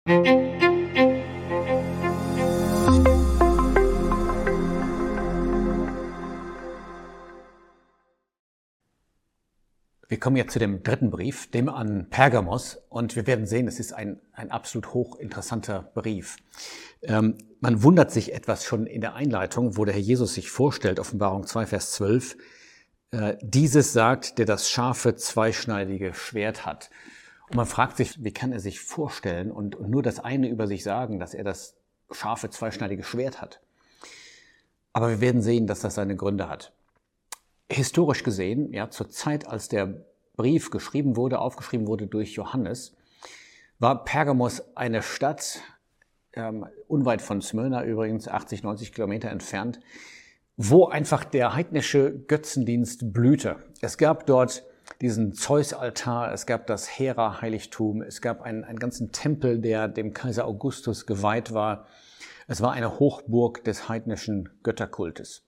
Wir kommen jetzt zu dem dritten Brief, dem an Pergamos, und wir werden sehen, es ist ein absolut hochinteressanter Brief. Man wundert sich etwas schon in der Einleitung, wo der Herr Jesus sich vorstellt, Offenbarung 2, Vers 12, dieses sagt, der das scharfe, zweischneidige Schwert hat. Und man fragt sich, wie kann er sich vorstellen und nur das eine über sich sagen, dass er das scharfe, zweischneidige Schwert hat. Aber wir werden sehen, dass das seine Gründe hat. Historisch gesehen, ja, zur Zeit, als der Brief geschrieben wurde, aufgeschrieben wurde durch Johannes, war Pergamos eine Stadt, unweit von Smyrna übrigens, 80, 90 Kilometer entfernt, wo einfach der heidnische Götzendienst blühte. Es gab dort diesen Zeus-Altar, es gab das Hera-Heiligtum, es gab einen ganzen Tempel, der dem Kaiser Augustus geweiht war. Es war eine Hochburg des heidnischen Götterkultes.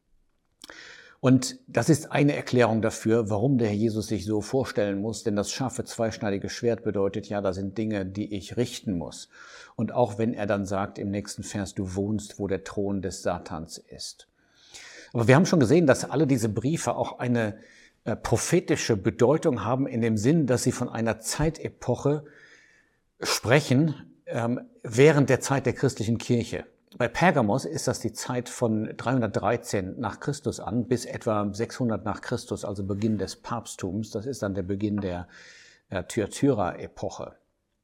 Und das ist eine Erklärung dafür, warum der Herr Jesus sich so vorstellen muss, denn das scharfe, zweischneidige Schwert bedeutet, ja, da sind Dinge, die ich richten muss. Und auch wenn er dann sagt im nächsten Vers, du wohnst, wo der Thron des Satans ist. Aber wir haben schon gesehen, dass alle diese Briefe auch eine prophetische Bedeutung haben, in dem Sinn, dass sie von einer Zeitepoche sprechen, während der Zeit der christlichen Kirche. Bei Pergamos ist das die Zeit von 313 nach Christus an bis etwa 600 nach Christus, also Beginn des Papsttums. Das ist dann der Beginn der Thyatira-Epoche.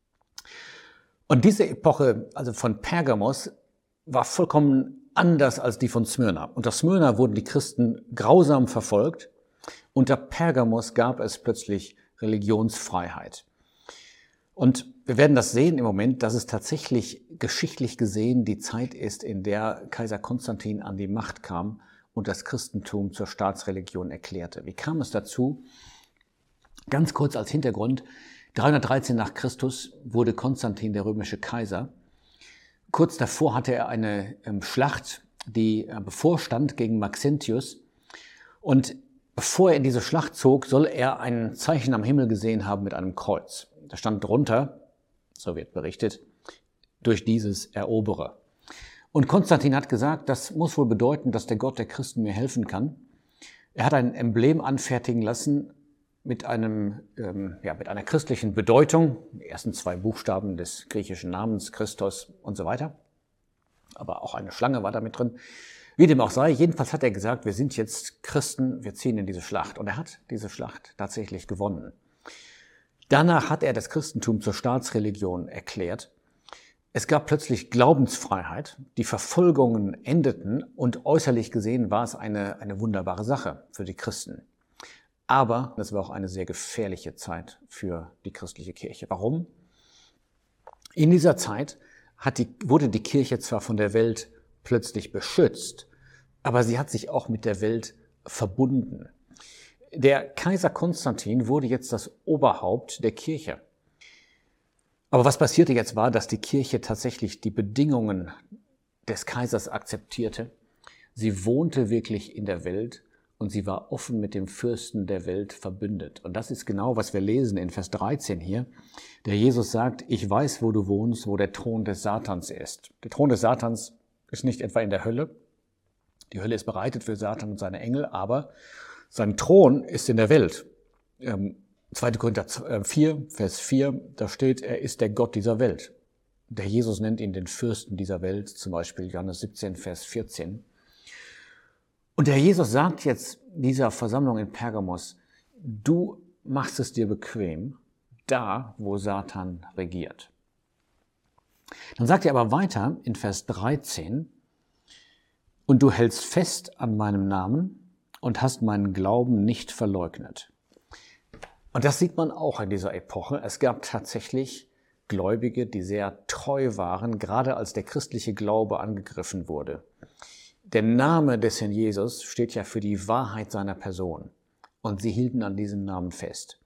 Und diese Epoche, also von Pergamos, war vollkommen anders als die von Smyrna. Unter Smyrna wurden die Christen grausam verfolgt. Unter Pergamos gab es plötzlich Religionsfreiheit. Und wir werden das sehen im Moment, dass es tatsächlich geschichtlich gesehen die Zeit ist, in der Kaiser Konstantin an die Macht kam und das Christentum zur Staatsreligion erklärte. Wie kam es dazu? Ganz kurz als Hintergrund. 313 nach Christus wurde Konstantin der römische Kaiser. Kurz davor hatte er eine Schlacht, die bevorstand gegen Maxentius. Und bevor er in diese Schlacht zog, soll er ein Zeichen am Himmel gesehen haben mit einem Kreuz. Da stand drunter, so wird berichtet, durch dieses erobere. Und Konstantin hat gesagt, das muss wohl bedeuten, dass der Gott der Christen mir helfen kann. Er hat ein Emblem anfertigen lassen mit einer christlichen Bedeutung, die ersten zwei Buchstaben des griechischen Namens, Christos und so weiter. Aber auch eine Schlange war da mit drin. Wie dem auch sei, jedenfalls hat er gesagt, wir sind jetzt Christen, wir ziehen in diese Schlacht. Und er hat diese Schlacht tatsächlich gewonnen. Danach hat er das Christentum zur Staatsreligion erklärt. Es gab plötzlich Glaubensfreiheit, die Verfolgungen endeten und äußerlich gesehen war es eine wunderbare Sache für die Christen. Aber es war auch eine sehr gefährliche Zeit für die christliche Kirche. Warum? In dieser Zeit wurde die Kirche zwar von der Welt plötzlich beschützt, aber sie hat sich auch mit der Welt verbunden. Der Kaiser Konstantin wurde jetzt das Oberhaupt der Kirche. Aber was passierte jetzt war, dass die Kirche tatsächlich die Bedingungen des Kaisers akzeptierte. Sie wohnte wirklich in der Welt und sie war offen mit dem Fürsten der Welt verbündet. Und das ist genau, was wir lesen in Vers 13 hier. Der Jesus sagt, ich weiß, wo du wohnst, wo der Thron des Satans ist. Der Thron des Satans ist nicht etwa in der Hölle. Die Hölle ist bereitet für Satan und seine Engel, aber sein Thron ist in der Welt. 2. Korinther 4, Vers 4, da steht, er ist der Gott dieser Welt. Der Jesus nennt ihn den Fürsten dieser Welt, zum Beispiel Johannes 17, Vers 14. Und der Jesus sagt jetzt dieser Versammlung in Pergamos, du machst es dir bequem, da, wo Satan regiert. Dann sagt er aber weiter in Vers 13, und du hältst fest an meinem Namen und hast meinen Glauben nicht verleugnet. Und das sieht man auch in dieser Epoche. Es gab tatsächlich Gläubige, die sehr treu waren, gerade als der christliche Glaube angegriffen wurde. Der Name des Herrn Jesus steht ja für die Wahrheit seiner Person. Und sie hielten an diesem Namen fest.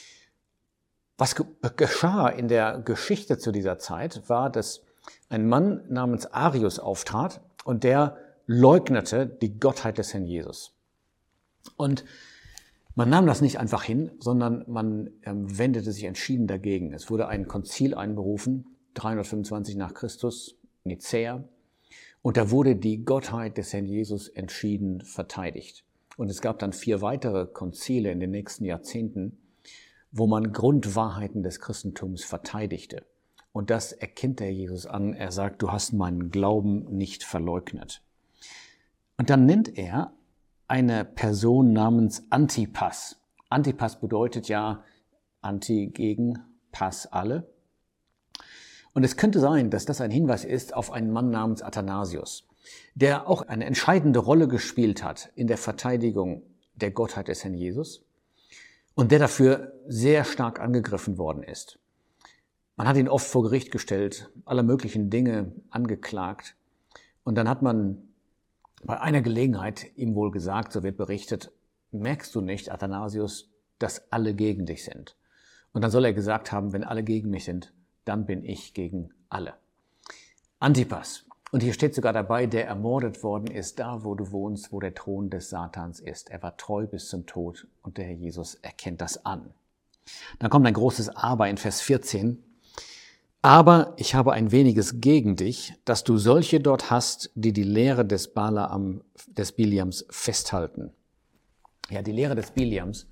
Was geschah in der Geschichte zu dieser Zeit, war, dass ein Mann namens Arius auftrat und der leugnete die Gottheit des Herrn Jesus. Und man nahm das nicht einfach hin, sondern man wendete sich entschieden dagegen. Es wurde ein Konzil einberufen 325 nach Christus, Nicäa. Und da wurde die Gottheit des Herrn Jesus entschieden verteidigt. Und es gab dann 4 weitere Konzile in den nächsten Jahrzehnten, wo man Grundwahrheiten des Christentums verteidigte. Und das erkennt der Jesus an. Er sagt, du hast meinen Glauben nicht verleugnet. Und dann nennt er eine Person namens Antipas. Antipas bedeutet ja Anti gegen Pass alle. Und es könnte sein, dass das ein Hinweis ist auf einen Mann namens Athanasius, der auch eine entscheidende Rolle gespielt hat in der Verteidigung der Gottheit des Herrn Jesus und der dafür sehr stark angegriffen worden ist. Man hat ihn oft vor Gericht gestellt, aller möglichen Dinge angeklagt. Und dann hat man bei einer Gelegenheit ihm wohl gesagt, so wird berichtet, merkst du nicht, Athanasius, dass alle gegen dich sind? Und dann soll er gesagt haben, wenn alle gegen mich sind, dann bin ich gegen alle. Antipas. Und hier steht sogar dabei, der ermordet worden ist, da wo du wohnst, wo der Thron des Satans ist. Er war treu bis zum Tod und der Herr Jesus erkennt das an. Dann kommt ein großes Aber in Vers 14. Aber ich habe ein weniges gegen dich, dass du solche dort hast, die die Lehre des Biliams festhalten. Ja, die Lehre des Biliams.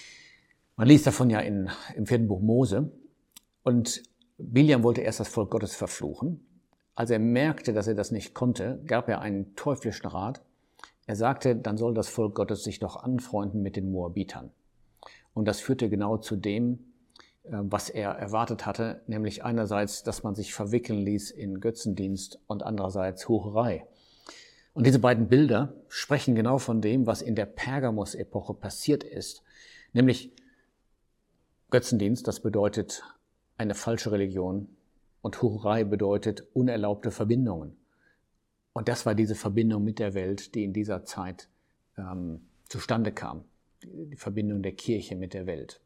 Man liest davon ja im 4. Buch Mose. Und Biliam wollte erst das Volk Gottes verfluchen. Als er merkte, dass er das nicht konnte, gab er einen teuflischen Rat. Er sagte, dann soll das Volk Gottes sich doch anfreunden mit den Moabitern. Und das führte genau zu dem, was er erwartet hatte, nämlich einerseits, dass man sich verwickeln ließ in Götzendienst und andererseits Hurerei. Und diese beiden Bilder sprechen genau von dem, was in der Pergamos-Epoche passiert ist, nämlich Götzendienst, das bedeutet eine falsche Religion, und Hurerei bedeutet unerlaubte Verbindungen. Und das war diese Verbindung mit der Welt, die in dieser Zeit zustande kam, die Verbindung der Kirche mit der Welt.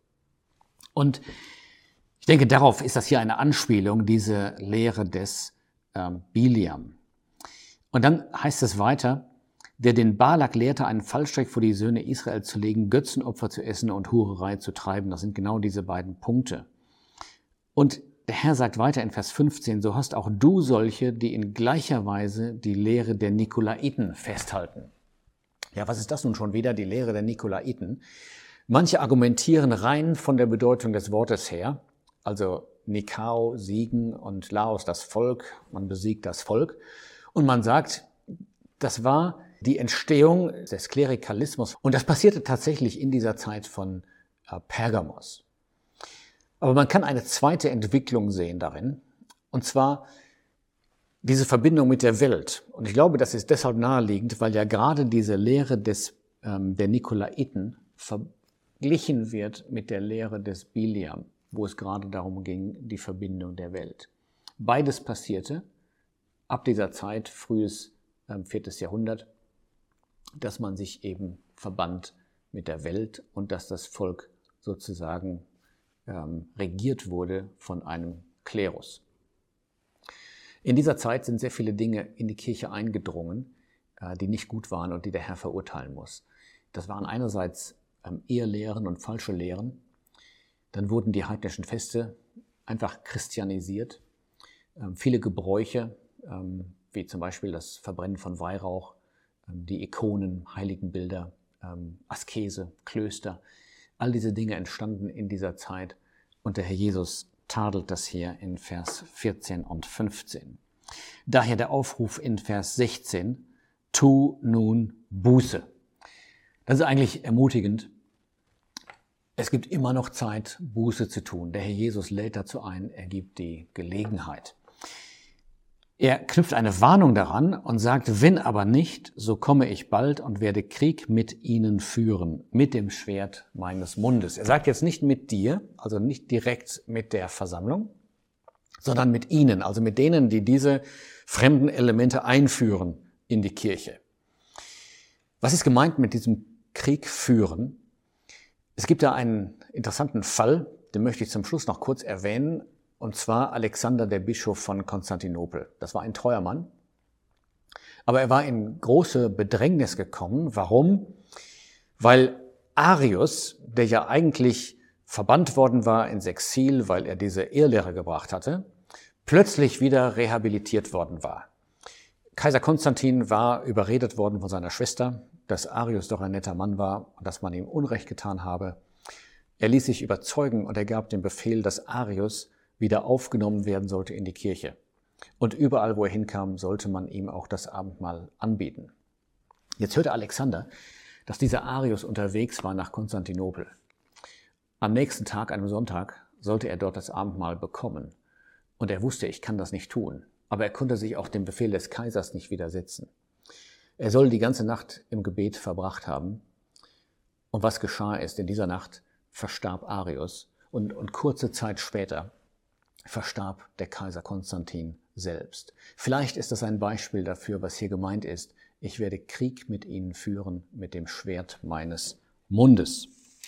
Und ich denke, darauf ist das hier eine Anspielung, diese Lehre des Biliam. Und dann heißt es weiter, der den Balak lehrte, einen Fallstrick vor die Söhne Israel zu legen, Götzenopfer zu essen und Hurerei zu treiben. Das sind genau diese beiden Punkte. Und der Herr sagt weiter in Vers 15, so hast auch du solche, die in gleicher Weise die Lehre der Nikolaiten festhalten. Ja, was ist das nun schon wieder, die Lehre der Nikolaiten? Manche argumentieren rein von der Bedeutung des Wortes her, also Nikao, siegen und Laos, das Volk, man besiegt das Volk. Und man sagt, das war die Entstehung des Klerikalismus. Und das passierte tatsächlich in dieser Zeit von Pergamos. Aber man kann eine zweite Entwicklung sehen darin, und zwar diese Verbindung mit der Welt. Und ich glaube, das ist deshalb naheliegend, weil ja gerade diese Lehre der Nikolaiten verglichen wird mit der Lehre des Biliam, wo es gerade darum ging, die Verbindung der Welt. Beides passierte ab dieser Zeit, frühes 4. Jahrhundert, dass man sich eben verband mit der Welt und dass das Volk sozusagen regiert wurde von einem Klerus. In dieser Zeit sind sehr viele Dinge in die Kirche eingedrungen, die nicht gut waren und die der Herr verurteilen muss. Das waren einerseits Irrlehren und falsche Lehren. Dann wurden die heidnischen Feste einfach christianisiert. Viele Gebräuche, wie zum Beispiel das Verbrennen von Weihrauch, die Ikonen, Heiligenbilder, Askese, Klöster, all diese Dinge entstanden in dieser Zeit und der Herr Jesus tadelt das hier in Vers 14 und 15. Daher der Aufruf in Vers 16, tu nun Buße. Das ist eigentlich ermutigend. Es gibt immer noch Zeit, Buße zu tun. Der Herr Jesus lädt dazu ein, er gibt die Gelegenheit. Er knüpft eine Warnung daran und sagt, wenn aber nicht, so komme ich bald und werde Krieg mit ihnen führen, mit dem Schwert meines Mundes. Er sagt jetzt nicht mit dir, also nicht direkt mit der Versammlung, sondern mit ihnen, also mit denen, die diese fremden Elemente einführen in die Kirche. Was ist gemeint mit diesem Krieg führen? Es gibt da einen interessanten Fall, den möchte ich zum Schluss noch kurz erwähnen, und zwar Alexander, der Bischof von Konstantinopel. Das war ein treuer Mann, aber er war in große Bedrängnis gekommen. Warum? Weil Arius, der ja eigentlich verbannt worden war ins Exil, weil er diese Irrlehre gebracht hatte, plötzlich wieder rehabilitiert worden war. Kaiser Konstantin war überredet worden von seiner Schwester, dass Arius doch ein netter Mann war und dass man ihm Unrecht getan habe. Er ließ sich überzeugen und er gab den Befehl, dass Arius wieder aufgenommen werden sollte in die Kirche. Und überall, wo er hinkam, sollte man ihm auch das Abendmahl anbieten. Jetzt hörte Alexander, dass dieser Arius unterwegs war nach Konstantinopel. Am nächsten Tag, einem Sonntag, sollte er dort das Abendmahl bekommen. Und er wusste, ich kann das nicht tun. Aber er konnte sich auch dem Befehl des Kaisers nicht widersetzen. Er soll die ganze Nacht im Gebet verbracht haben. Und was geschah ist, in dieser Nacht verstarb Arius und kurze Zeit später verstarb der Kaiser Konstantin selbst. Vielleicht ist das ein Beispiel dafür, was hier gemeint ist. Ich werde Krieg mit ihnen führen mit dem Schwert meines Mundes.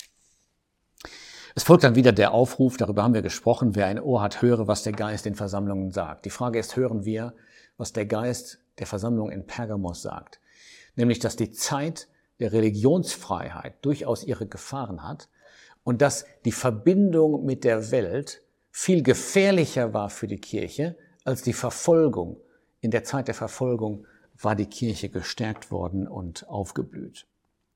Es folgt dann wieder der Aufruf, darüber haben wir gesprochen, wer ein Ohr hat, höre, was der Geist den Versammlungen sagt. Die Frage ist, hören wir, was der Geist der Versammlung in Pergamos sagt? Nämlich, dass die Zeit der Religionsfreiheit durchaus ihre Gefahren hat und dass die Verbindung mit der Welt viel gefährlicher war für die Kirche als die Verfolgung. In der Zeit der Verfolgung war die Kirche gestärkt worden und aufgeblüht.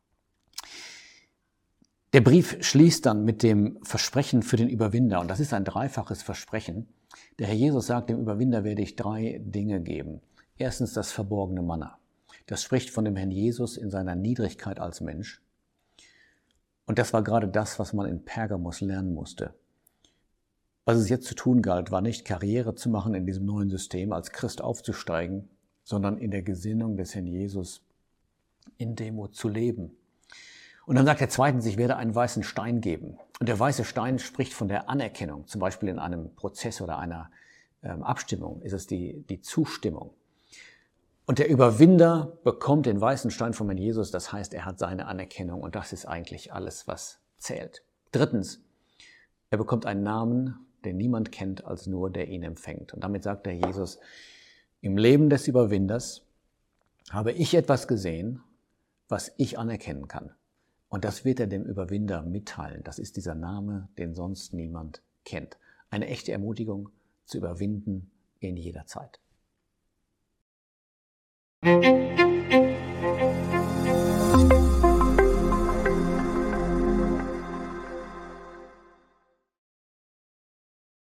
Der Brief schließt dann mit dem Versprechen für den Überwinder. Und das ist ein dreifaches Versprechen. Der Herr Jesus sagt, dem Überwinder werde ich 3 Dinge geben. Erstens das verborgene Manna. Das spricht von dem Herrn Jesus in seiner Niedrigkeit als Mensch. Und das war gerade das, was man in Pergamos lernen musste. Was es jetzt zu tun galt, war nicht Karriere zu machen in diesem neuen System, als Christ aufzusteigen, sondern in der Gesinnung des Herrn Jesus in Demut zu leben. Und dann sagt er zweitens, ich werde einen weißen Stein geben. Und der weiße Stein spricht von der Anerkennung. Zum Beispiel in einem Prozess oder einer Abstimmung ist es die Zustimmung. Und der Überwinder bekommt den weißen Stein von Herrn Jesus. Das heißt, er hat seine Anerkennung und das ist eigentlich alles, was zählt. Drittens, er bekommt einen Namen, den niemand kennt, als nur der ihn empfängt. Und damit sagt der Jesus, im Leben des Überwinders habe ich etwas gesehen, was ich anerkennen kann. Und das wird er dem Überwinder mitteilen. Das ist dieser Name, den sonst niemand kennt. Eine echte Ermutigung zu überwinden in jeder Zeit.